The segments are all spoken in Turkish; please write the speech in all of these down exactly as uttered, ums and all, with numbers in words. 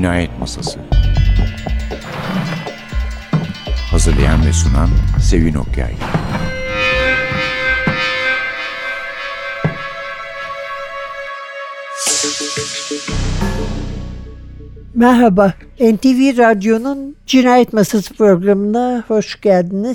Cinayet Masası. Hazırlayan ve sunan Sevin Okyay. Merhaba, N T V Radyo'nun Cinayet Masası programına hoş geldiniz.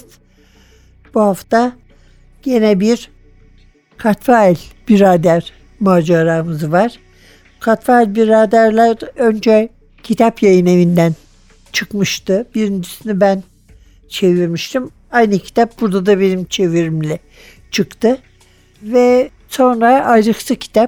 Bu hafta yine bir Katfail Birader maceramız var. Katfail Biraderler önce kitap yayın evinden çıkmıştı. Birincisini ben çevirmiştim. Aynı kitap burada da benim çevirimle çıktı. Ve sonra ayrıksı kitap,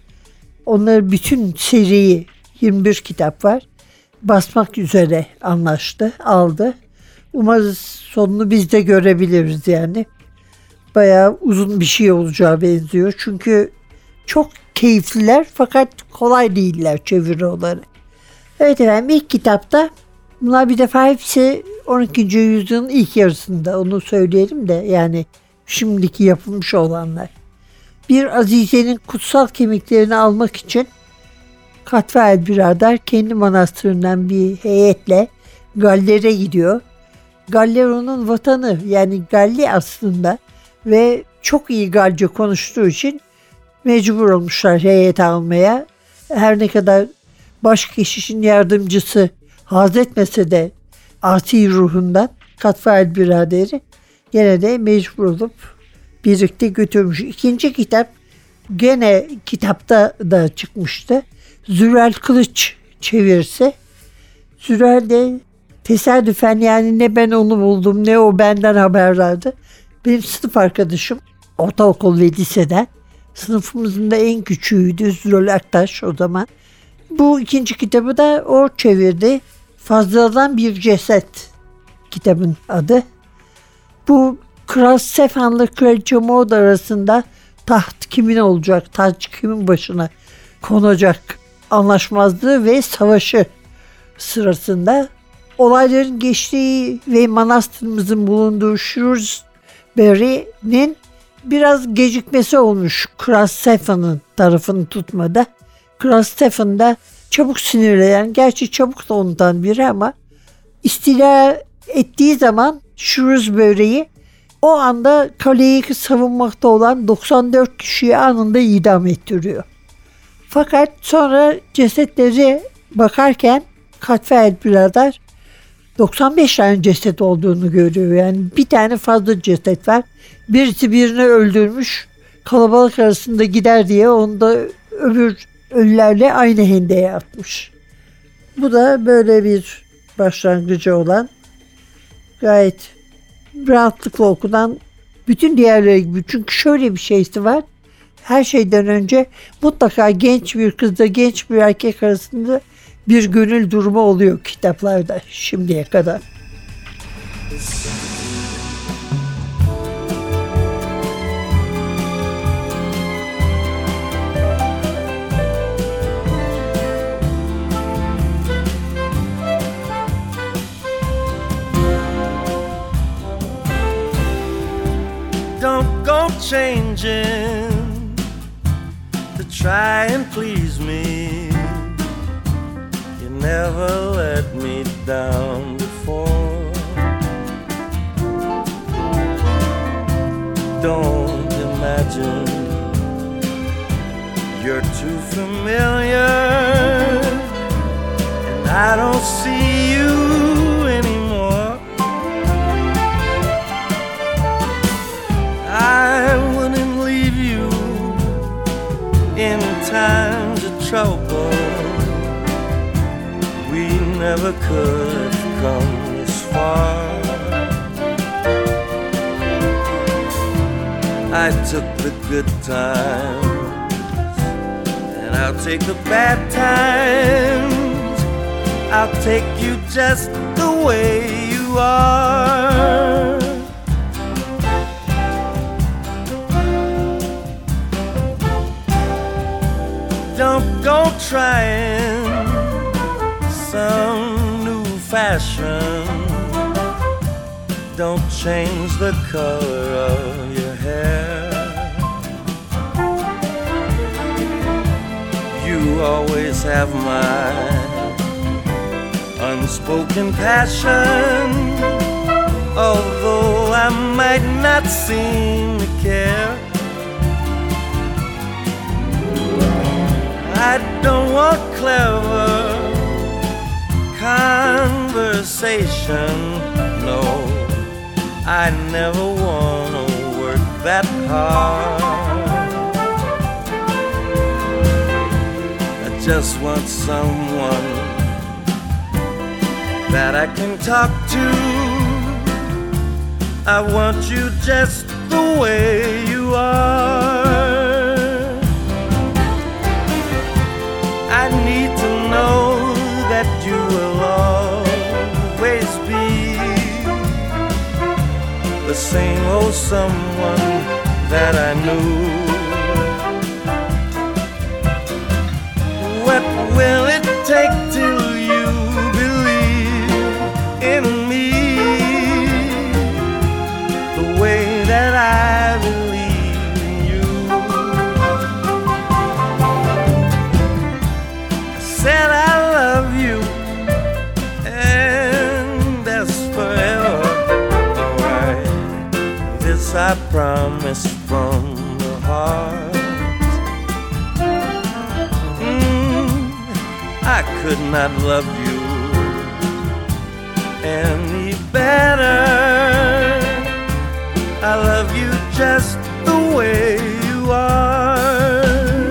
onların bütün seriyi, yirmi bir kitap var, basmak üzere anlaştı, aldı. Umarız sonunu biz de görebiliriz yani. Bayağı uzun bir şey olacağı benziyor. Çünkü çok keyifliler fakat kolay değiller çeviri olarak. Evet efendim, ilk kitapta, bunlar bir defa hepsi on ikinci yüzyılın ilk yarısında, onu söyleyelim de yani şimdiki yapılmış olanlar. Bir azizenin kutsal kemiklerini almak için Katfail Birader kendi manastırından bir heyetle Galler'e gidiyor. Galler onun vatanı, yani Galli aslında ve çok iyi Galce konuştuğu için mecbur olmuşlar heyet almaya. Her ne kadar başkeşişin yardımcısı haz etmese de asi ruhundan Katfail Biraderi gene de mecbur olup birlikte götürmüş. İkinci kitap gene kitapta da çıkmıştı. Zürel Kılıç çevirisi. Zürel de tesadüfen, yani ne ben onu buldum ne o benden haberdardı. Benim sınıf arkadaşım ortaokul ve liseden. Sınıfımızın da en küçüğüydü Zürel Aktaş o zaman. Bu ikinci kitabı da o çevirdi. Fazladan Bir Ceset kitabın adı. Bu Kral Stefan'la Kraliçe Maud arasında taht kimin olacak, taç kimin başına konacak anlaşmazlığı ve savaşı sırasında olayların geçtiği ve manastırımızın bulunduğu Shrewsbury'nin biraz gecikmesi olmuş Kral Stefan'ın tarafını tutmada. Kral Stefan da çabuk sinirlenen, gerçi çabuk da unutan biri ama istila ettiği zaman Shrewsbury'yi, o anda kaleyi savunmakta olan doksan dört kişiyi anında idam ettiriyor. Fakat sonra cesetleri bakarken Katfail Birader doksan beş tane ceset olduğunu görüyor. Yani bir tane fazla ceset var. Birisi birini öldürmüş, kalabalık arasında gider diye onu da öbür ölülerle aynı hendeye atmış. Bu da böyle bir başlangıcı olan, gayet rahatlıkla okunan, bütün diğerleri gibi. Çünkü şöyle bir şeysi var. Her şeyden önce mutlaka genç bir kızla genç bir erkek arasında bir gönül durumu oluyor kitaplarda şimdiye kadar. Don't go changing to try and please me. You never let me down before. Don't imagine you're too familiar and I don't see you anymore. I wouldn't leave you in times of trouble. We never could have come this far. I took the good times and I'll take the bad times. I'll take you just the way you are. Don't go trying some new fashion. Don't change the color of your hair. You always have my unspoken passion, although I might not seem to care. I don't want clever conversation, no, I never wanna work that hard. I just want someone that I can talk to. I want you just the way you are. I need to know that you will always be the same old someone that I knew. What will it take till you believe in me the way that I believe in you? I said I love you, and that's forever. Alright, this I promise from the heart. mm, I could not love you any better. I love you just the way you are.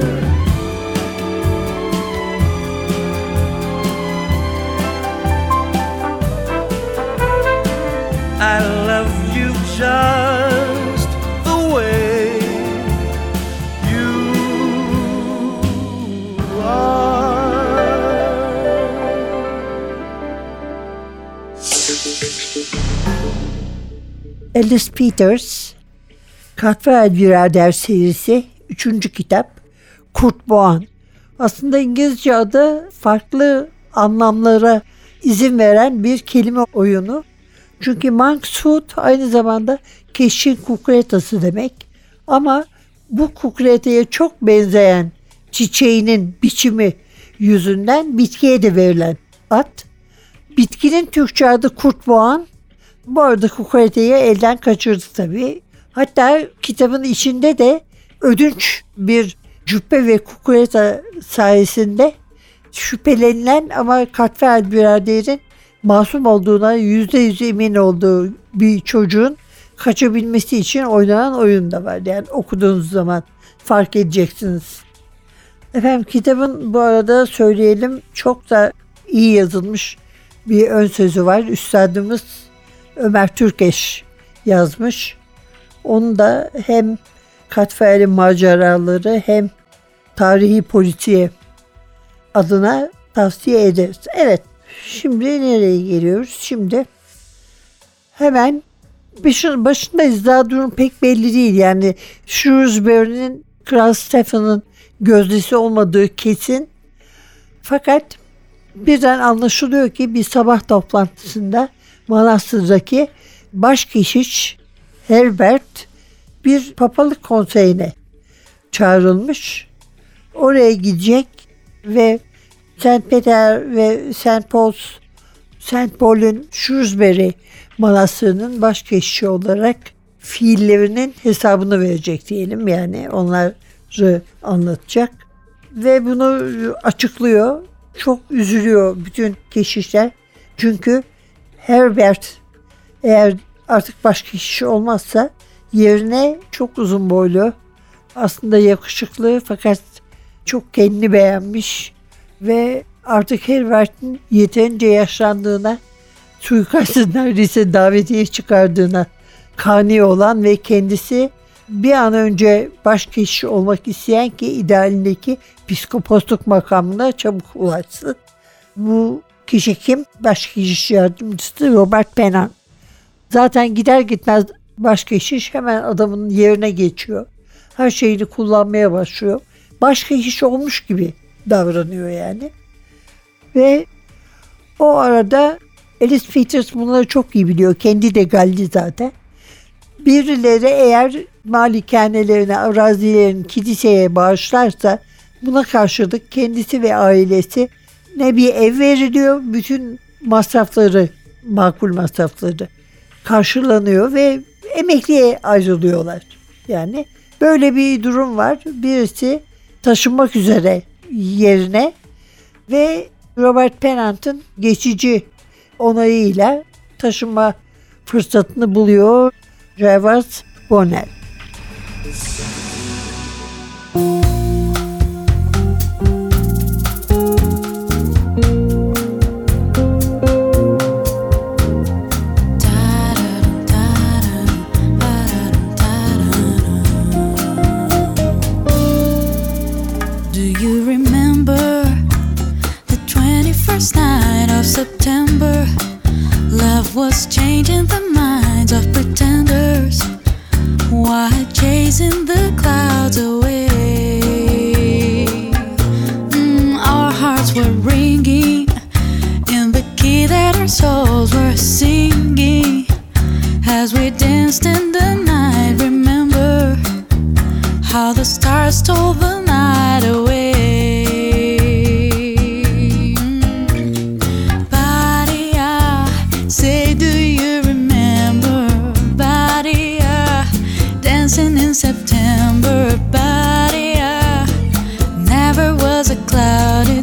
I love you just the way you are. Alice Peters, Cadfael Birader serisi üçüncü kitap Kurt Boğan. Aslında İngilizce adı farklı anlamlara izin veren bir kelime oyunu. Çünkü monk's foot aynı zamanda keşin kukretası demek. Ama bu kukreteye çok benzeyen çiçeğinin biçimi yüzünden bitkiye de verilen ad. Bitkinin Türkçe adı kurt boğan. Bu arada kukreteyi elden kaçırdı tabii. Hatta kitabın içinde de ödünç bir cübbe ve kukureta sayesinde şüphelenilen ama Cadfael biraderin masum olduğuna yüzde yüz emin olduğu bir çocuğun kaçabilmesi için oynanan oyun da var. Yani okuduğunuz zaman fark edeceksiniz. Efendim kitabın bu arada söyleyelim çok da iyi yazılmış bir ön sözü var. Üstadımız Ömer Türkeş yazmış. Onu da hem Cadfael'in maceraları hem tarihi polisiye adına tavsiye ederiz. Evet, şimdi nereye geliyoruz? Şimdi hemen başındayız. Daha durum pek belli değil. Yani Shrewsbury'nin Kral Stephen'ın gözdesi olmadığı kesin. Fakat birden anlaşılıyor ki bir sabah toplantısında Manastır'daki başkeşiş Herbert bir papalık konseyine çağrılmış. Oraya gidecek ve Saint Peter ve Saint Paul's, Saint Paul'un Shrewsbury Manastırı'nın başkeşişi olarak fiillerinin hesabını verecek diyelim. Yani onları anlatacak ve bunu açıklıyor. Çok üzülüyor bütün keşişler. Çünkü Herbert eğer artık başkeşiş olmazsa yerine çok uzun boylu, aslında yakışıklı fakat çok kendini beğenmiş ve artık Herbert'in yeterince yaşlandığına, suikastın neredeyse davetiye çıkardığına kani olan ve kendisi bir an önce başkeşiş olmak isteyen ki idealindeki piskoposluk makamına çabuk ulaşsın. Bu kişi kim? Başkeşiş yardımcısı Robert Penhan. Zaten gider gitmez başkeşiş hemen adamın yerine geçiyor. Her şeyini kullanmaya başlıyor. Başkeşiş olmuş gibi davranıyor yani. Ve o arada Alice Peters bunları çok iyi biliyor. Kendi de Galli zaten. Birileri eğer malikanelerine, arazilerini kiliseye bağışlarsa buna karşılık kendisi ve ailesi ne bir ev veriliyor, bütün masrafları, makul masrafları karşılanıyor ve emekliye ayrılıyorlar. Yani böyle bir durum var. Birisi taşınmak üzere yerine ve Robert Pennant'ın geçici onayıyla taşınma fırsatını buluyor Gervase Bonnell. September, love was changing the minds of pretenders while chasing the clouds away. Mm, our hearts were ringing in the key that our souls were singing as we danced in the night. Remember how the stars stole the night away. In September, buddy, uh, never was a cloudy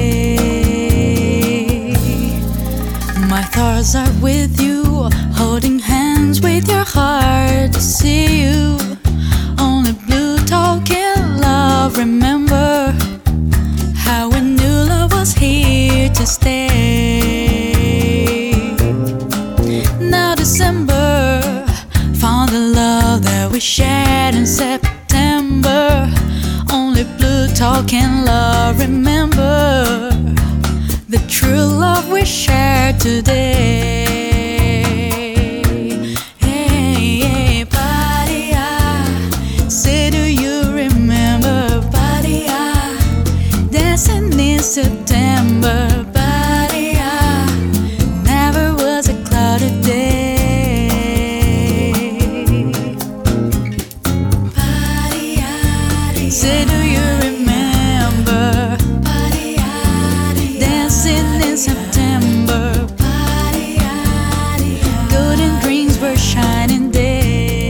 day. My thoughts are with you, holding hands with your heart to see you. Only blue talking love. Remember how we knew love was here to stay. Now December found the love that we shared in September. Only blue talking love. Remember the true love we shared today. Hey, hey, buddy, I say, do you remember, buddy, I dancing in September, buddy, I never was a cloudy day. Say, do you remember dancing in September? Golden dreams were shining days.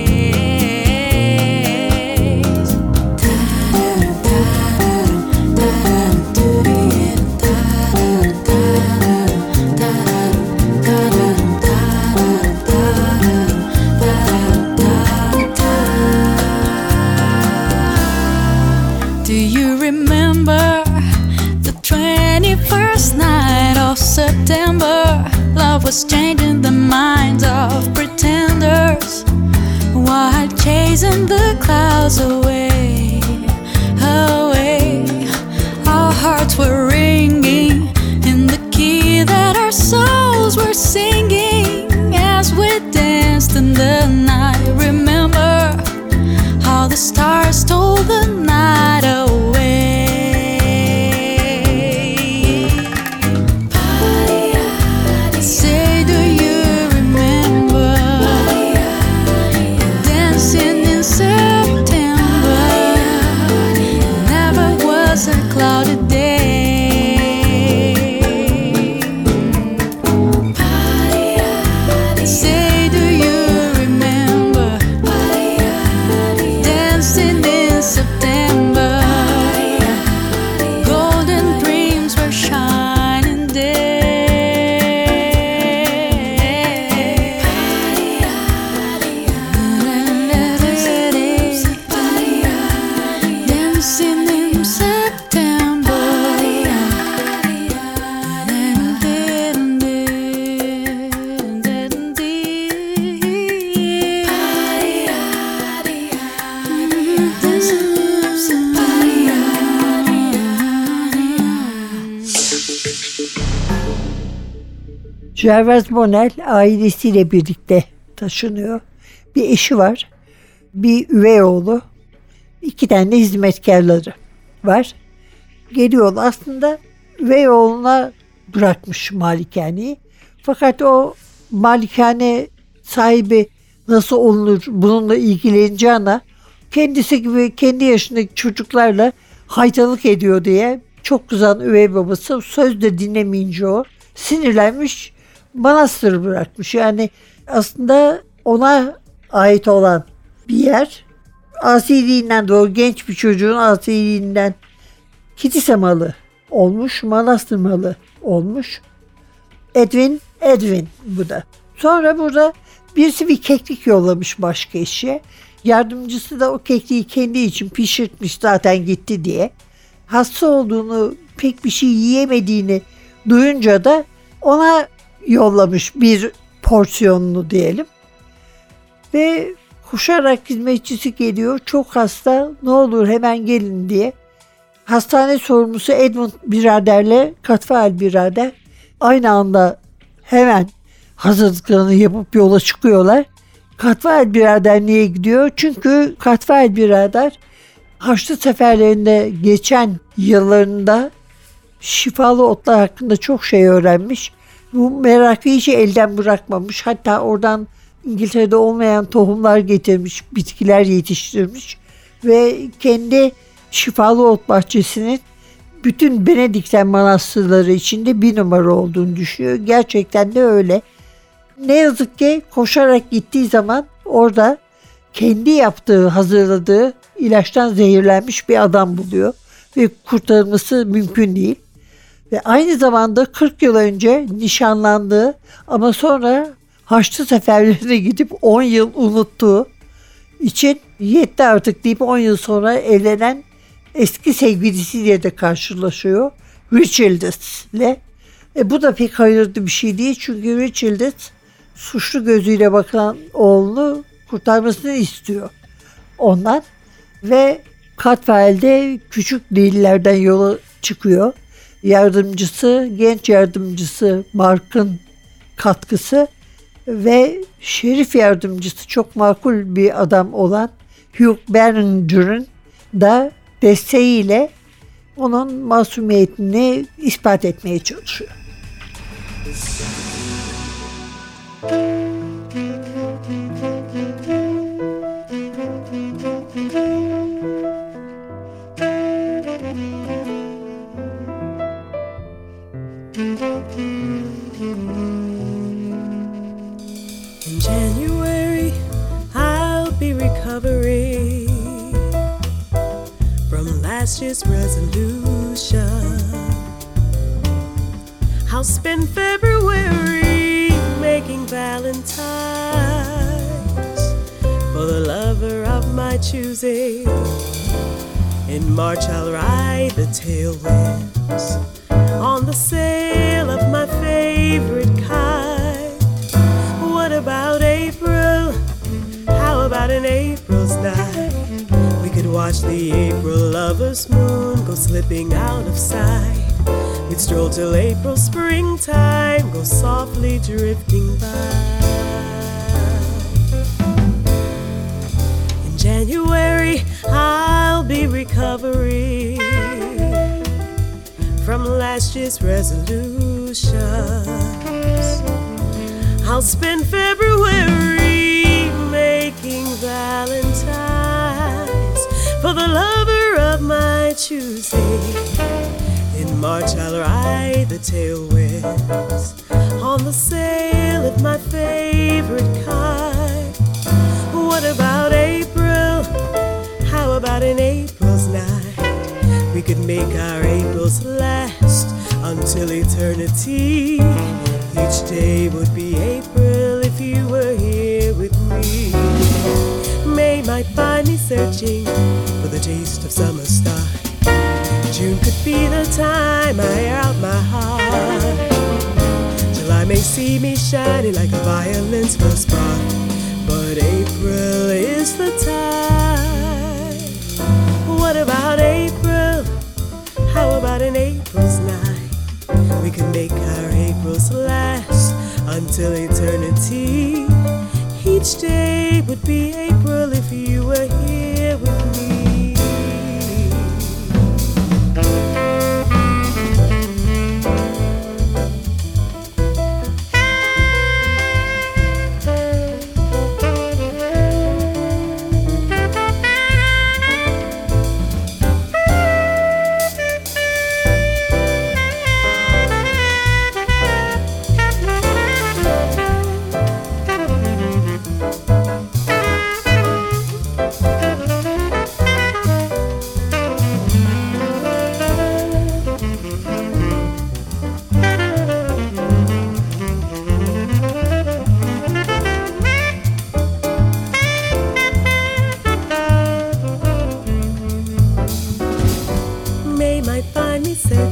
Do you remember the twenty-first night of September? Love was changing the minds of pretenders while chasing the clouds away, away. Our hearts were ringing in the key that our souls were singing as we danced in the night. Remember how the stars stole the night away. Say, do you remember dancing in September? Never was a cloudy day. Say, do you remember dancing in September? Golden dreams were shining days. Dancing in September. Gervase Bonnell ailesiyle birlikte taşınıyor. Bir eşi var, bir üvey oğlu, iki tane de hizmetkarları var. Geliyorlar, aslında üvey oğluna bırakmış malikaneyi. Fakat o malikane sahibi nasıl olunur bununla ilgileneceğine, kendisi gibi kendi yaşındaki çocuklarla haytalık ediyor diye çok kızan üvey babası söz de dinlemeyince o sinirlenmiş, manastır bırakmış. Yani aslında ona ait olan bir yer, asiliğinden doğru genç bir çocuğun asiliğinden kilise malı olmuş, manastır malı olmuş. Edwin, Edwin bu da. Sonra burada birisi bir keklik yollamış başka işe. Yardımcısı da o kekliği kendi için pişirtmiş zaten gitti diye. Hasta olduğunu, pek bir şey yiyemediğini duyunca da ona yollamış bir porsiyonunu diyelim. Ve koşarak hizmetçisi geliyor. Çok hasta, ne olur hemen gelin diye. Hastane sorumlusu Edmund biraderle Katfael birader aynı anda hemen hazırlıklarını yapıp yola çıkıyorlar. Katfael birader niye gidiyor? Çünkü Katfael birader Haçlı seferlerinde geçen yıllarında şifalı otlar hakkında çok şey öğrenmiş. Bu merakı hiç elden bırakmamış. Hatta oradan İngiltere'de olmayan tohumlar getirmiş, bitkiler yetiştirmiş ve kendi şifalı ot bahçesinin bütün Benedikten manastırları içinde bir numara olduğunu düşünüyor. Gerçekten de öyle. Ne yazık ki koşarak gittiği zaman orada kendi yaptığı, hazırladığı ilaçtan zehirlenmiş bir adam buluyor ve kurtarılması mümkün değil. Ve aynı zamanda kırk yıl önce nişanlandığı ama sonra Haçlı seferlerine gidip on yıl unuttuğu için yetti artık deyip on yıl sonra evlenen eski sevgilisiyle de karşılaşıyor. Richildes'le. E bu da pek hayırlı bir şey değil çünkü Richildes suçlu gözüyle bakan oğlunu kurtarmasını istiyor ondan ve Katfael de küçük değillerden yola çıkıyor. Yardımcısı, genç yardımcısı Mark'ın katkısı ve şerif yardımcısı çok makul bir adam olan Hugh Beringer'ın da desteğiyle onun masumiyetini ispat etmeye çalışıyor. In January, I'll be recovering from last year's resolution. I'll spend February making valentines for the lover of my choosing. In March, I'll ride the tailwinds on the sail of my favorite kite. What about April? How about an April's night? We could watch the April lover's moon go slipping out of sight. We'd stroll till April springtime, go softly drifting by. In January, I'll be recovering from last year's resolutions. I'll spend February making valentines for the lover of my choosing. In March I'll ride the tailwinds on the sail of my favorite kite. What about April? How about an April's night? We could make our Aprils last until eternity. Each day would be April if you were here with me. May might find me searching for the taste of summer start. June could be the time I air out my heart. July may see me shining like a violin's first spark. But April is the time. What about April? How about an April's night? We can make our Aprils last until eternity. Each day would be April if you were here with me.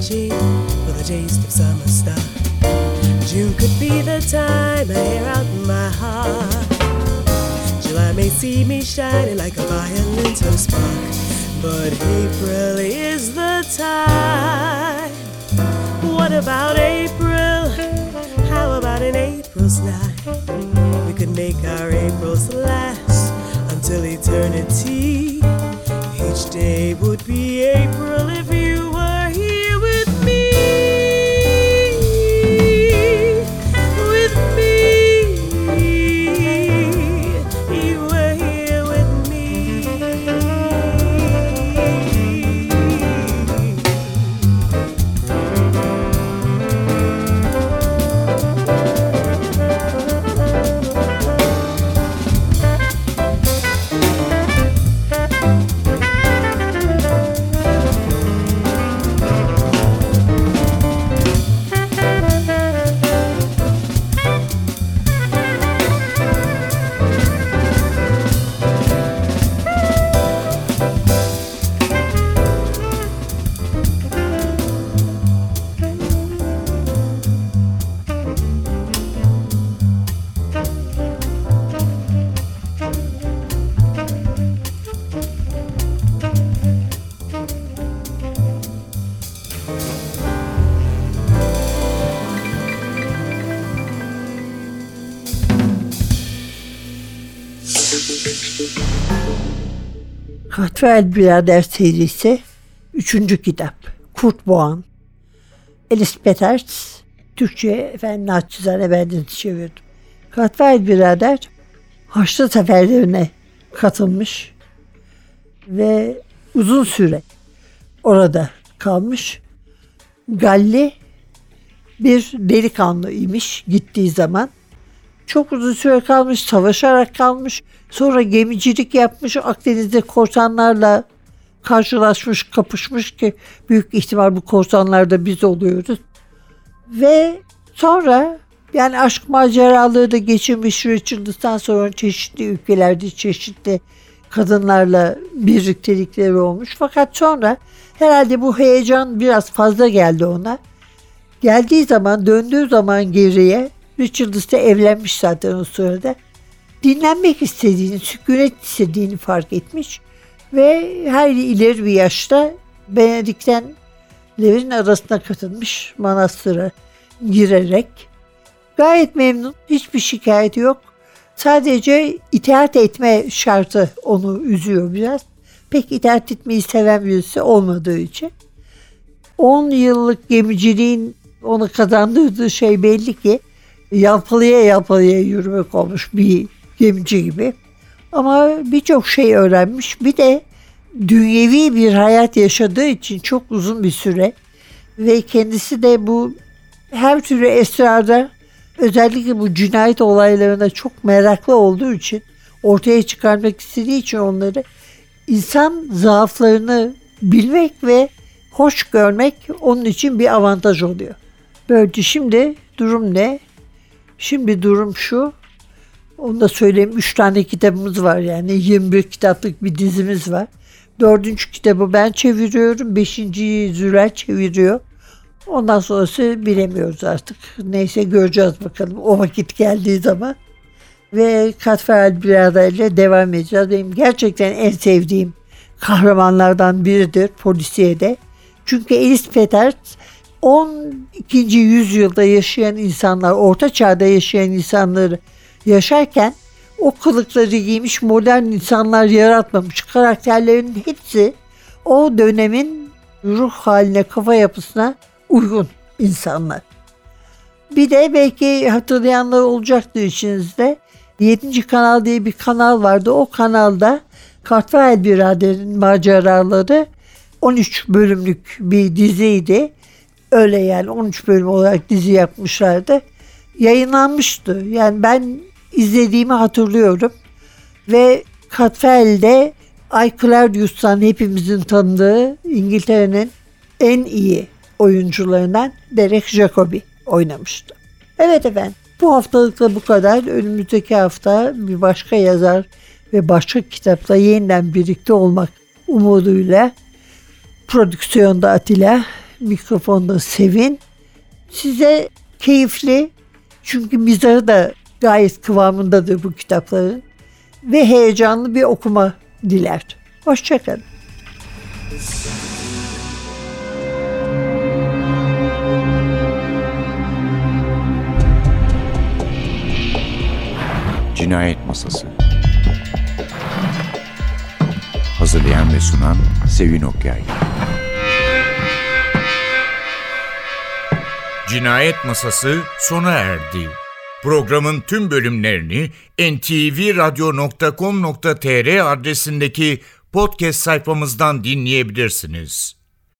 cheek for the taste of summer stuff. June could be the time I air out my heart. July may see me shining like a violin to spark, but April is the time. What about April? How about an April's night? We could make our Aprils last until eternity. Each day would be April if you were here with me. With me. You were here with me. Cartwright Birader serisi üçüncü kitap. Kurt Boğan. Alice Peters, Türkçe efendim naçizane bendini çevirdim. Cartwright Birader Haçlı seferlerine katılmış ve uzun süre orada kalmış. Galli bir delikanlı imiş gittiği zaman. Çok uzun süre kalmış, savaşarak kalmış. Sonra gemicilik yapmış, Akdeniz'de korsanlarla karşılaşmış, kapışmış ki büyük ihtimal bu korsanlarda biz oluyoruz. Ve sonra yani aşk maceralığı da geçirmiş, Richard'dan sonra çeşitli ülkelerde çeşitli kadınlarla birliktelikleri olmuş. Fakat sonra herhalde bu heyecan biraz fazla geldi ona. Geldiği zaman, döndüğü zaman geriye, Richard'la evlenmiş zaten o sırada. Dinlenmek istediğini, sükunet istediğini fark etmiş ve her ileri bir yaşta Benediktenlerin arasına katılmış, manastıra girerek. Gayet memnun, hiçbir şikayeti yok. Sadece itaat etme şartı onu üzüyor biraz. Pek itaat etmeyi seven birisi olmadığı için. on yıllık gemiciliğin onu kazandırdığı şey belli ki yalpalıya yalpalıya yürümek olmuş bir gemici gibi. Ama birçok şey öğrenmiş. Bir de dünyevi bir hayat yaşadığı için çok uzun bir süre ve kendisi de bu her türlü esrarda, özellikle bu cinayet olaylarına çok meraklı olduğu için, ortaya çıkarmak istediği için onları, insan zaaflarını bilmek ve hoş görmek onun için bir avantaj oluyor. Böylece şimdi durum ne? Şimdi durum şu, onu da söyleyeyim, üç tane kitabımız var, yani yirmi bir kitaplık bir dizimiz var. Dördüncü kitabı ben çeviriyorum, beşinciyi Zürel çeviriyor. Ondan sonrası bilemiyoruz artık. Neyse, göreceğiz bakalım o vakit geldiği zaman. Ve Cartwright Birader ile devam edeceğiz. Benim gerçekten en sevdiğim kahramanlardan biridir polisiyede. Çünkü Alice Peters on ikinci yüzyılda yaşayan insanlar, orta çağda yaşayan insanları yaşarken o kılıkları giymiş modern insanlar yaratmamış. Karakterlerin hepsi o dönemin ruh haline, kafa yapısına uygun insanlar. Bir de belki hatırlayanlar olacaktır içinizde. yedinci kanal diye bir kanal vardı. O kanalda Cartwright Birader'in maceraları on üç bölümlük bir diziydi. Öyle yani on üç bölüm olarak dizi yapmışlardı. Yayınlanmıştı. Yani ben izlediğimi hatırlıyorum. Ve Cartwright'de Ay Claudius'tan hepimizin tanıdığı İngiltere'nin en iyi oyuncularından Derek Jacobi oynamıştı. Evet efendim, bu haftalıkta bu kadar. Önümüzdeki hafta bir başka yazar ve başka kitapla yeniden birlikte olmak umuduyla, prodüksiyonda Atilla, mikrofonda Sevin. Size keyifli, çünkü mizahı da gayet kıvamındadır bu kitapların, ve heyecanlı bir okuma diler. Hoşçakalın. Cinayet Masası. Hazırlayan ve sunan Sevin Okyay. Cinayet Masası sona erdi. Programın tüm bölümlerini en te ve radyo nokta com nokta te er adresindeki podcast sayfamızdan dinleyebilirsiniz.